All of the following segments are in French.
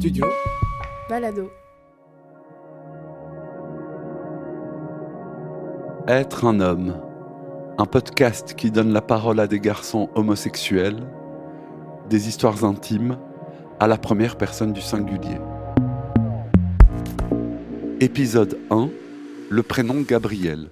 Studio Balado. Être un homme, un podcast qui donne la parole à des garçons homosexuels, des histoires intimes à la première personne du singulier. Épisode 1, le prénom Gabriel.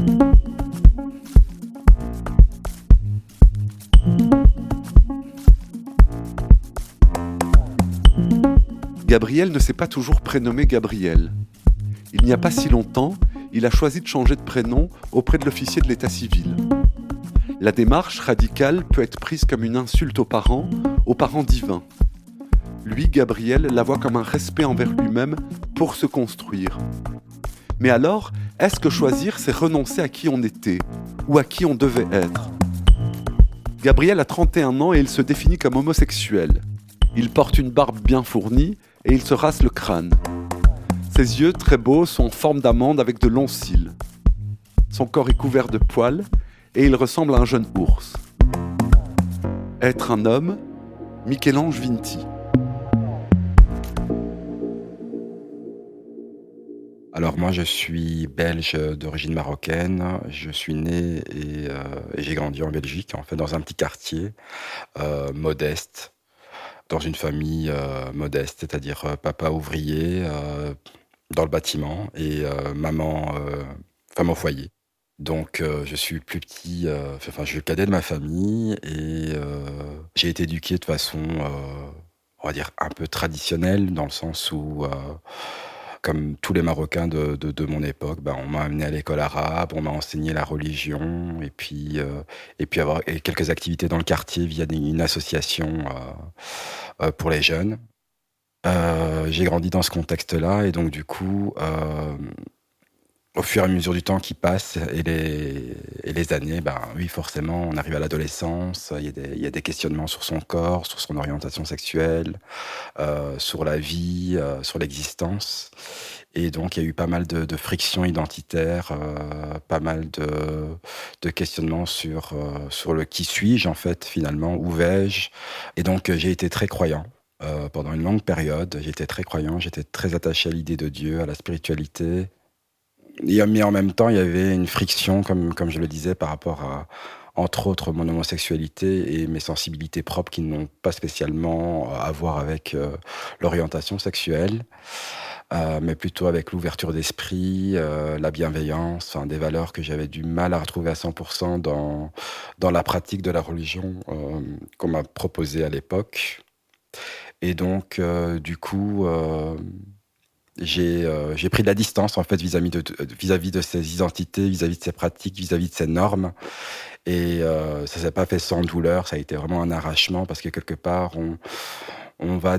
Gabriel ne s'est pas toujours prénommé Gabriel. Il n'y a pas si longtemps, il a choisi de changer de prénom auprès de l'officier de l'état civil. La démarche radicale peut être prise comme une insulte aux parents divins. Lui, Gabriel, la voit comme un respect envers lui-même pour se construire. Mais alors, est-ce que choisir, c'est renoncer à qui on était ou à qui on devait être ? Gabriel a 31 ans et il se définit comme homosexuel. Il porte une barbe bien fournie et il se rase le crâne. Ses yeux, très beaux, sont en forme d'amande avec de longs cils. Son corps est couvert de poils et il ressemble à un jeune ours. Être un homme, Michel-Ange Vinti. Alors moi je suis belge d'origine marocaine, je suis né et j'ai grandi en Belgique, en fait dans un petit quartier modeste, dans une famille modeste, c'est-à-dire papa ouvrier dans le bâtiment et maman femme au foyer. Donc je suis le plus petit, je suis le cadet de ma famille et j'ai été éduqué de façon, on va dire, un peu traditionnelle, dans le sens où comme tous les Marocains de mon époque, on m'a amené à l'école arabe, on m'a enseigné la religion, et puis avoir quelques activités dans le quartier via une association pour les jeunes. J'ai grandi dans ce contexte-là, et donc du coup, au fur et à mesure du temps qui passe et les années, oui, forcément, on arrive à l'adolescence, il y a des questionnements sur son corps, sur son orientation sexuelle, sur la vie, sur l'existence. Et donc, il y a eu pas mal de frictions identitaires, pas mal de questionnements sur le qui suis-je, en fait, finalement, où vais-je. Et donc, j'ai été très croyant. Pendant une longue période, j'étais très croyant, j'étais très attaché à l'idée de Dieu, à la spiritualité. Mais en même temps, il y avait une friction, comme je le disais, par rapport à, entre autres, mon homosexualité et mes sensibilités propres qui n'ont pas spécialement à voir avec l'orientation sexuelle, mais plutôt avec l'ouverture d'esprit, la bienveillance, des valeurs que j'avais du mal à retrouver à 100% dans la pratique de la religion qu'on m'a proposée à l'époque. Et donc, du coup... J'ai pris de la distance en fait vis-à-vis de ces identités, vis-à-vis de ces pratiques, vis-à-vis de ces normes. Et ça s'est pas fait sans douleur, ça a été vraiment un arrachement parce que quelque part on va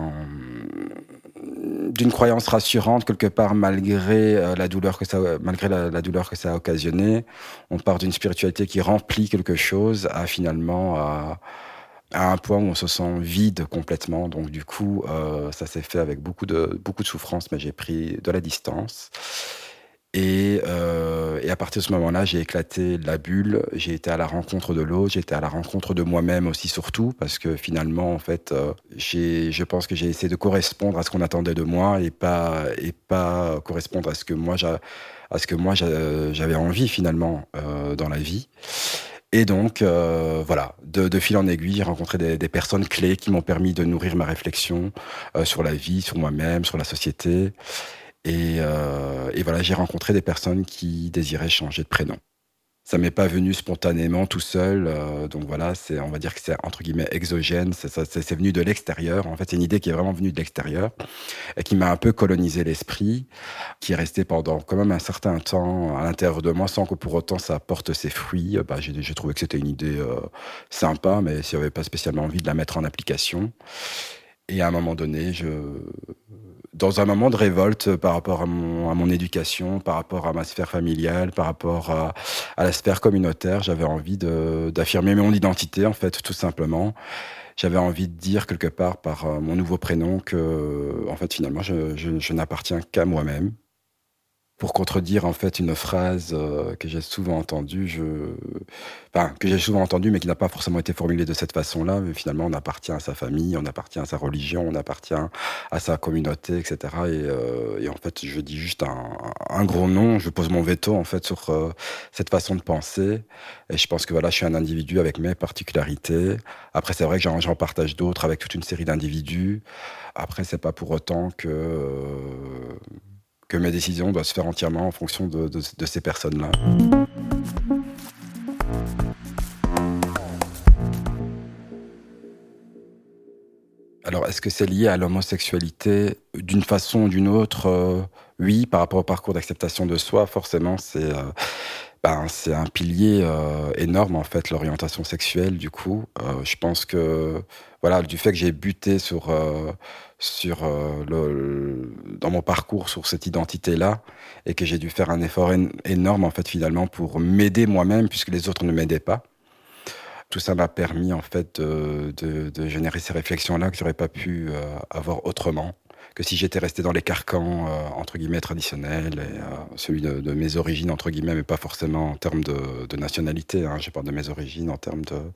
d'une croyance rassurante quelque part malgré la douleur que ça a occasionné. On part d'une spiritualité qui remplit quelque chose à finalement à un point où on se sent vide complètement. Donc du coup, ça s'est fait avec beaucoup de souffrance, mais j'ai pris de la distance. Et à partir de ce moment-là, j'ai éclaté la bulle, j'ai été à la rencontre de l'autre, j'ai été à la rencontre de moi-même aussi surtout, parce que finalement, en fait, je pense que j'ai essayé de correspondre à ce qu'on attendait de moi et pas correspondre à ce que moi j'avais envie finalement dans la vie. Et donc, voilà, de fil en aiguille, j'ai rencontré des personnes clés qui m'ont permis de nourrir ma réflexion sur la vie, sur moi-même, sur la société. Et voilà, j'ai rencontré des personnes qui désiraient changer de prénom. Ça m'est pas venu spontanément tout seul, donc voilà, on va dire que c'est entre guillemets exogène, c'est venu de l'extérieur. En fait, c'est une idée qui est vraiment venue de l'extérieur et qui m'a un peu colonisé l'esprit, qui est resté pendant quand même un certain temps à l'intérieur de moi sans que pour autant ça porte ses fruits. J'ai trouvé que c'était une idée sympa, mais si j'avais pas spécialement envie de la mettre en application. Et à un moment donné, dans un moment de révolte par rapport à mon éducation, par rapport à ma sphère familiale, par rapport à la sphère communautaire, j'avais envie d'affirmer mon identité, en fait, tout simplement. J'avais envie de dire quelque part par mon nouveau prénom que, en fait, finalement, je n'appartiens qu'à moi-même. Pour contredire en fait une phrase, que j'ai souvent entendue, que j'ai souvent entendue, mais qui n'a pas forcément été formulée de cette façon-là, mais finalement on appartient à sa famille, on appartient à sa religion, on appartient à sa communauté et cetera et en fait je dis juste un gros non, je pose mon veto en fait sur, cette façon de penser et je pense que voilà, je suis un individu avec mes particularités. Après c'est vrai que j'en partage d'autres avec toute une série d'individus. Après c'est pas pour autant que mes décisions doivent se faire entièrement en fonction de ces personnes-là. Alors, est-ce que c'est lié à l'homosexualité? D'une façon ou d'une autre, oui, par rapport au parcours d'acceptation de soi, forcément, c'est un pilier, énorme, en fait, l'orientation sexuelle, du coup. Je pense que, voilà, du fait que j'ai buté dans mon parcours sur cette identité-là et que j'ai dû faire un effort énorme, en fait, finalement, pour m'aider moi-même puisque les autres ne m'aidaient pas. Tout ça m'a permis en fait de générer ces réflexions-là que j'aurais pas pu avoir autrement que si j'étais resté dans les carcans entre guillemets traditionnels et celui de mes origines entre guillemets, mais pas forcément en termes de nationalité. Hein. Je parle de mes origines en termes de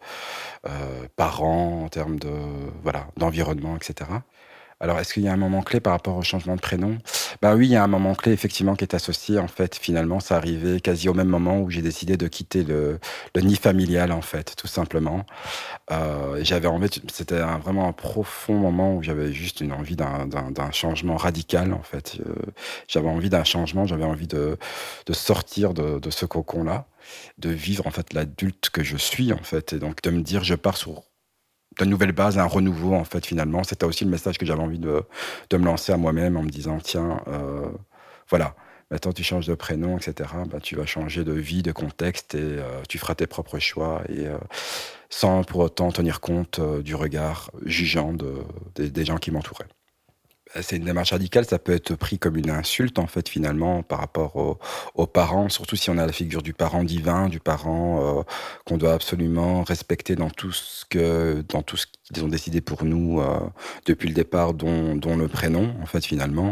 parents, en termes de voilà d'environnement, etc. Alors, est-ce qu'il y a un moment clé par rapport au changement de prénom? Ben oui, il y a un moment clé effectivement qui est associé. En fait, finalement, ça arrivait quasi au même moment où j'ai décidé de quitter le nid familial, en fait, tout simplement. J'avais envie, c'était vraiment un profond moment où j'avais juste une envie d'un changement radical, en fait. J'avais envie d'un changement, j'avais envie de sortir de ce cocon-là, de vivre en fait l'adulte que je suis, en fait, et donc de me dire, je pars sur de nouvelles bases, un renouveau en fait finalement. C'était aussi le message que j'avais envie de me lancer à moi-même en me disant tiens, voilà, maintenant tu changes de prénom, etc. Bah, tu vas changer de vie, de contexte et tu feras tes propres choix et sans pour autant tenir compte du regard jugeant des gens qui m'entouraient. C'est une démarche radicale, ça peut être pris comme une insulte en fait finalement par rapport aux parents, surtout si on a la figure du parent divin, du parent qu'on doit absolument respecter dans tout ce qu'ils ont décidé pour nous depuis le départ, dont le prénom en fait finalement.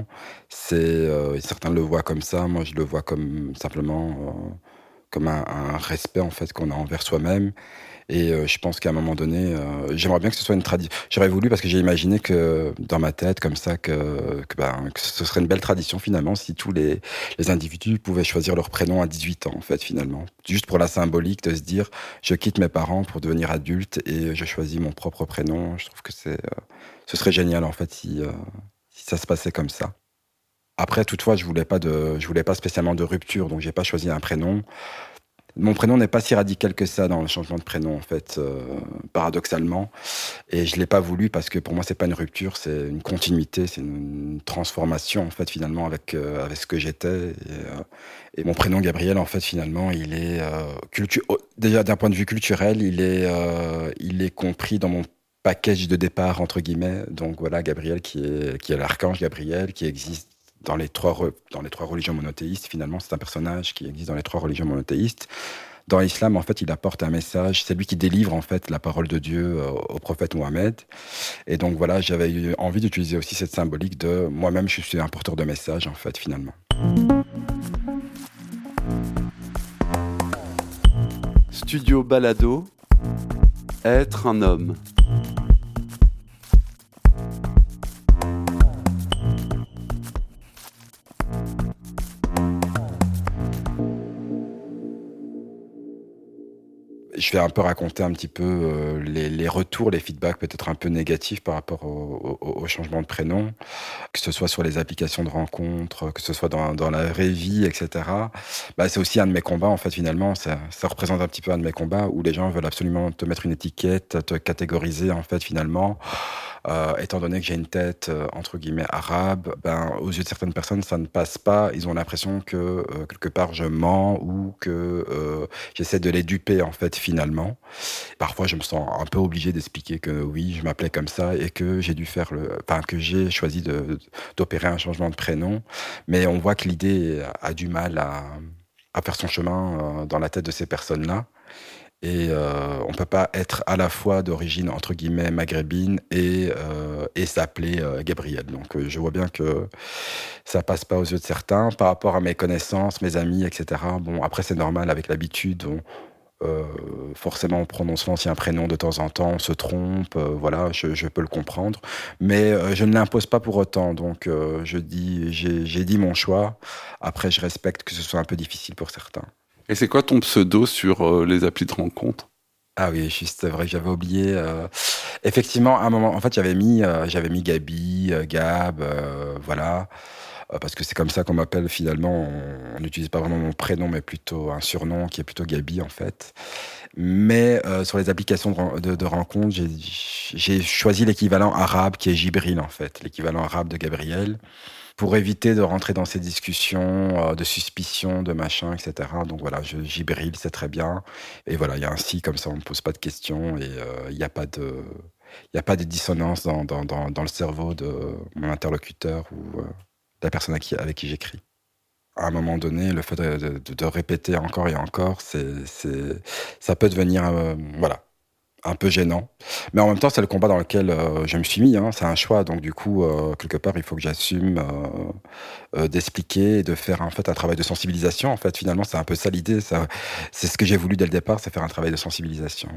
Certains le voient comme ça, moi je le vois comme simplement comme un respect en fait qu'on a envers soi-même. Et je pense qu'à un moment donné, j'aimerais bien que ce soit une tradition. J'aurais voulu parce que j'ai imaginé que dans ma tête, comme ça, que ce serait une belle tradition finalement si tous les individus pouvaient choisir leur prénom à 18 ans en fait finalement. Juste pour la symbolique de se dire, je quitte mes parents pour devenir adulte et je choisis mon propre prénom. Je trouve que ce serait génial en fait si ça se passait comme ça. Après, toutefois, je voulais pas spécialement de rupture, donc j'ai pas choisi un prénom. Mon prénom n'est pas si radical que ça dans le changement de prénom, en fait, paradoxalement. Et je l'ai pas voulu parce que pour moi, c'est pas une rupture, c'est une continuité, c'est une transformation, en fait, finalement, avec ce que j'étais. Et mon prénom, Gabriel, en fait, finalement, il est déjà d'un point de vue culturel, il est compris dans mon package de départ, entre guillemets. Donc voilà, Gabriel, qui est l'archange Gabriel, qui existe dans les trois religions monothéistes, finalement, c'est un personnage qui existe dans les trois religions monothéistes. Dans l'islam, en fait, il apporte un message. C'est lui qui délivre, en fait, la parole de Dieu au prophète Mohammed. Et donc, voilà, j'avais eu envie d'utiliser aussi cette symbolique de moi-même, je suis un porteur de message, en fait, finalement. Studio Balado, être un homme. Je vais un peu raconter un petit peu les retours, les feedbacks peut-être un peu négatifs par rapport au changement de prénom, que ce soit sur les applications de rencontres, que ce soit dans la vraie vie, etc. Bah, c'est aussi un de mes combats, en fait, finalement. Ça représente un petit peu un de mes combats où les gens veulent absolument te mettre une étiquette, te catégoriser, en fait, finalement. Étant donné que j'ai une tête, entre guillemets, arabe, ben, aux yeux de certaines personnes, ça ne passe pas. Ils ont l'impression que, quelque part, je mens ou que j'essaie de les duper, en fait, finalement. Parfois, je me sens un peu obligé d'expliquer que oui, je m'appelais comme ça et que j'ai dû que j'ai choisi d'opérer un changement de prénom. Mais on voit que l'idée a du mal à faire son chemin dans la tête de ces personnes-là. Et on ne peut pas être à la fois d'origine, entre guillemets, maghrébine et s'appeler Gabriel. Donc je vois bien que ça passe pas aux yeux de certains. Par rapport à mes connaissances, mes amis, etc. Bon, après, c'est normal, avec l'habitude, forcément, on prononce l'ancien prénom de temps en temps, on se trompe, voilà, je peux le comprendre. Mais je ne l'impose pas pour autant. Donc j'ai dit mon choix. Après, je respecte que ce soit un peu difficile pour certains. Et c'est quoi ton pseudo sur les applis de rencontre? Ah oui, juste, c'est vrai que j'avais oublié. Effectivement, à un moment, en fait, j'avais mis Gabi, Gab, voilà, parce que c'est comme ça qu'on m'appelle finalement. On n'utilise pas vraiment mon prénom, mais plutôt un surnom qui est plutôt Gabi, en fait. Mais sur les applications de rencontre, j'ai choisi l'équivalent arabe qui est Jibril, en fait, l'équivalent arabe de Gabriel, pour éviter de rentrer dans ces discussions de suspicion, de machin, etc. Donc voilà, Jibril, c'est très bien. Et voilà, il y a un si, comme ça, on ne me pose pas de questions et il n'y a pas de... Il n'y a pas de dissonance dans le cerveau de mon interlocuteur ou de la personne avec qui j'écris. À un moment donné, le fait de répéter encore et encore, ça peut devenir voilà, un peu gênant. Mais en même temps, c'est le combat dans lequel je me suis mis. Hein. C'est un choix. Donc du coup, quelque part, il faut que j'assume d'expliquer et de faire en fait, un travail de sensibilisation. En fait, finalement, c'est un peu ça l'idée. C'est ce que j'ai voulu dès le départ, c'est faire un travail de sensibilisation.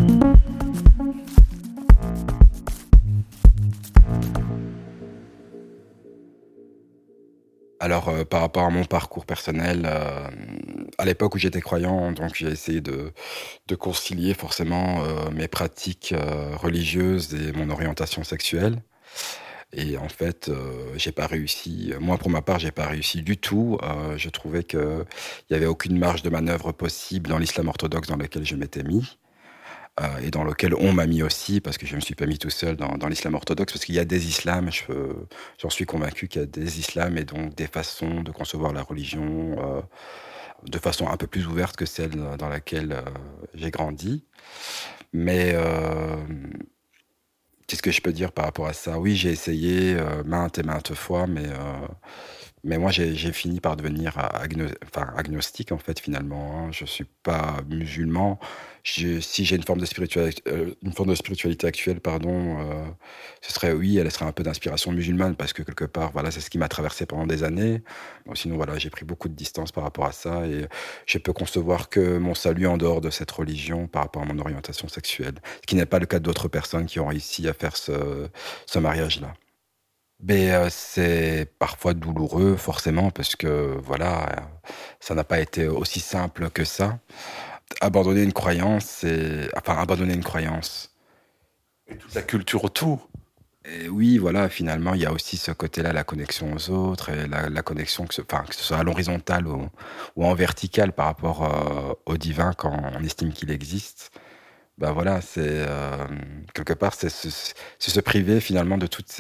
Alors, par rapport à mon parcours personnel, à l'époque où j'étais croyant, donc j'ai essayé de concilier forcément mes pratiques religieuses et mon orientation sexuelle. Et en fait, j'ai pas réussi. Moi, pour ma part, j'ai pas réussi du tout. Je trouvais qu'il y avait aucune marge de manœuvre possible dans l'islam orthodoxe dans lequel je m'étais mis. Et dans lequel on m'a mis aussi, parce que je ne me suis pas mis tout seul dans l'islam orthodoxe, parce qu'il y a des islams, j'en suis convaincu qu'il y a des islams et donc des façons de concevoir la religion de façon un peu plus ouverte que celle dans laquelle j'ai grandi. Mais qu'est-ce que je peux dire par rapport à ça? Oui, j'ai essayé maintes et maintes fois, mais moi, j'ai fini par devenir agnostique, en fait, finalement. Hein. Je ne suis pas musulman. Si j'ai une forme de spiritualité actuelle, pardon, ce serait, oui, elle serait un peu d'inspiration musulmane, parce que quelque part, voilà, c'est ce qui m'a traversé pendant des années. Bon, sinon, voilà, j'ai pris beaucoup de distance par rapport à ça, et je peux concevoir que mon salut en dehors de cette religion par rapport à mon orientation sexuelle, ce qui n'est pas le cas d'autres personnes qui ont réussi à faire ce mariage-là. Mais c'est parfois douloureux, forcément, parce que voilà, ça n'a pas été aussi simple que ça. Abandonner une croyance, abandonner une croyance. Et toute la culture autour. Et oui, voilà, finalement, il y a aussi ce côté-là, la connexion aux autres, et la connexion, que ce soit à l'horizontale ou en verticale par rapport au divin quand on estime qu'il existe. Ben voilà, c'est quelque part, c'est se priver finalement de toutes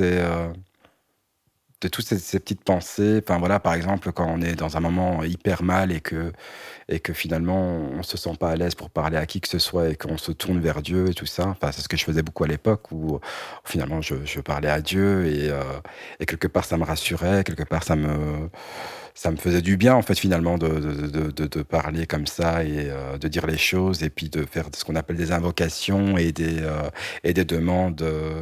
ces petites pensées. Enfin voilà, par exemple, quand on est dans un moment hyper mal et que finalement on se sent pas à l'aise pour parler à qui que ce soit et qu'on se tourne vers Dieu et tout ça. Enfin, c'est ce que je faisais beaucoup à l'époque où finalement je parlais à Dieu et quelque part ça me rassurait, quelque part ça me faisait du bien en fait finalement de parler comme ça et de dire les choses et puis de faire ce qu'on appelle des invocations et des demandes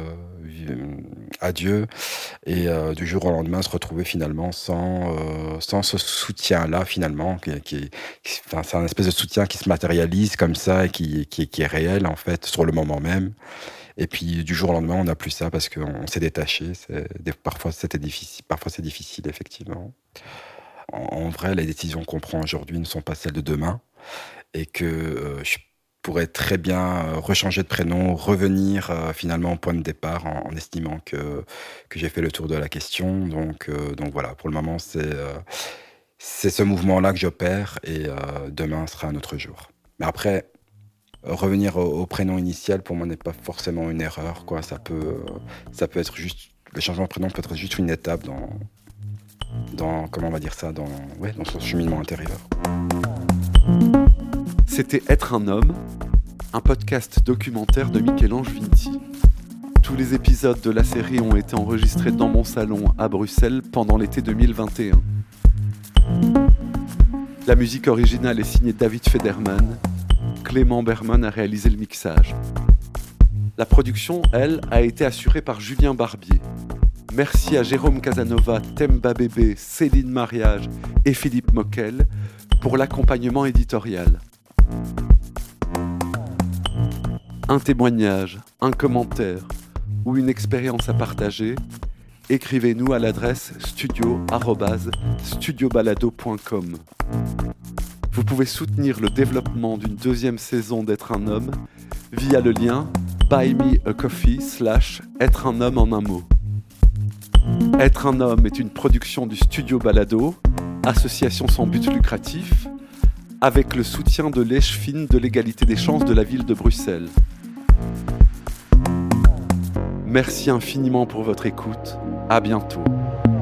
à Dieu et du jour au lendemain se retrouver finalement sans ce soutien-là finalement c'est un espèce de soutien qui se matérialise comme ça et qui est réel en fait sur le moment même. Et puis du jour au lendemain on n'a plus ça parce qu'on s'est détaché. Parfois c'était difficile, parfois c'est difficile effectivement. En vrai, les décisions qu'on prend aujourd'hui ne sont pas celles de demain et que je pourrais très bien rechanger de prénom, revenir finalement au point de départ en estimant que j'ai fait le tour de la question. Donc voilà, pour le moment, c'est ce mouvement-là que j'opère et demain sera un autre jour. Mais après, revenir au prénom initial, pour moi, n'est pas forcément une erreur, quoi. Ça peut être juste... Le changement de prénom peut être juste une étape comment on va dire ça, dans son cheminement intérieur. C'était Être un homme, un podcast documentaire de Michel-Ange Vinti. Tous les épisodes de la série ont été enregistrés dans mon salon à Bruxelles pendant l'été 2021. La musique originale est signée David Federman. Clément Berman a réalisé le mixage. La production, elle, a été assurée par Julien Barbier. Merci à Jérôme Casanova, Themba Bébé, Céline Mariage et Philippe Moquel pour l'accompagnement éditorial. Un témoignage, un commentaire ou une expérience à partager, écrivez-nous à l'adresse studio@studiobalado.com. Vous pouvez soutenir le développement d'une deuxième saison d'Être un homme via le lien buymeacoffee/être un homme en un mot. Être un homme est une production du Studio Balado, association sans but lucratif, avec le soutien de l'Échefine de l'égalité des chances de la ville de Bruxelles. Merci infiniment pour votre écoute. À bientôt.